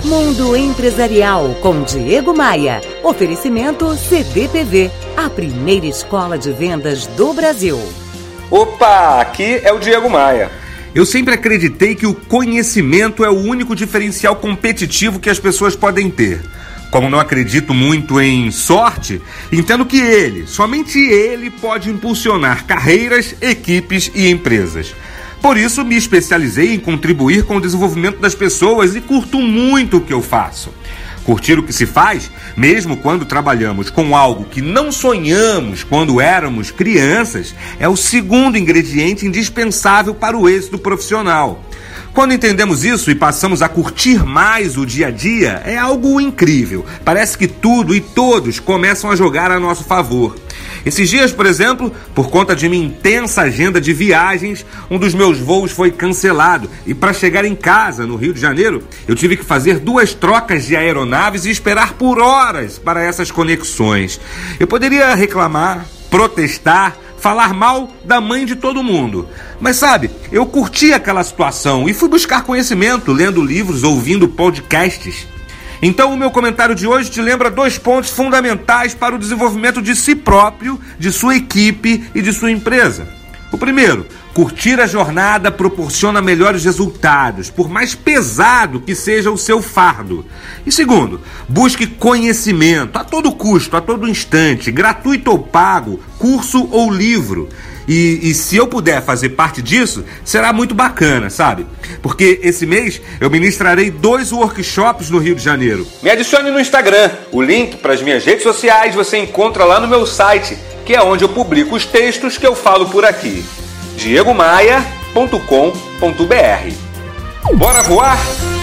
Mundo Empresarial com Diego Maia. Oferecimento CDPV, a primeira escola de vendas do Brasil. Opa, aqui é o Diego Maia. Eu sempre acreditei que o conhecimento é o único diferencial competitivo que as pessoas podem ter. Como não acredito muito em sorte, entendo que somente ele pode impulsionar carreiras, equipes e empresas. Por isso, me especializei em contribuir com o desenvolvimento das pessoas e curto muito o que eu faço. Curtir o que se faz, mesmo quando trabalhamos com algo que não sonhamos quando éramos crianças, é o segundo ingrediente indispensável para o êxito profissional. Quando entendemos isso e passamos a curtir mais o dia a dia, é algo incrível. Parece que tudo e todos começam a jogar a nosso favor. Esses dias, por exemplo, por conta de minha intensa agenda de viagens, um dos meus voos foi cancelado e para chegar em casa, no Rio de Janeiro, eu tive que fazer 2 trocas de aeronaves e esperar por horas para essas conexões. Eu poderia reclamar, protestar, falar mal da mãe de todo mundo. Mas sabe, eu curti aquela situação e fui buscar conhecimento, lendo livros, ouvindo podcasts. Então o meu comentário de hoje te lembra 2 pontos fundamentais para o desenvolvimento de si próprio, de sua equipe e de sua empresa. O primeiro, curtir a jornada proporciona melhores resultados, por mais pesado que seja o seu fardo. E segundo, busque conhecimento a todo custo, a todo instante, gratuito ou pago, curso ou livro. E se eu puder fazer parte disso, será muito bacana, sabe? Porque esse mês eu ministrarei 2 workshops no Rio de Janeiro. Me adicione no Instagram. O link para as minhas redes sociais você encontra lá no meu site, que é onde eu publico os textos que eu falo por aqui. diegomaia.com.br. Bora voar?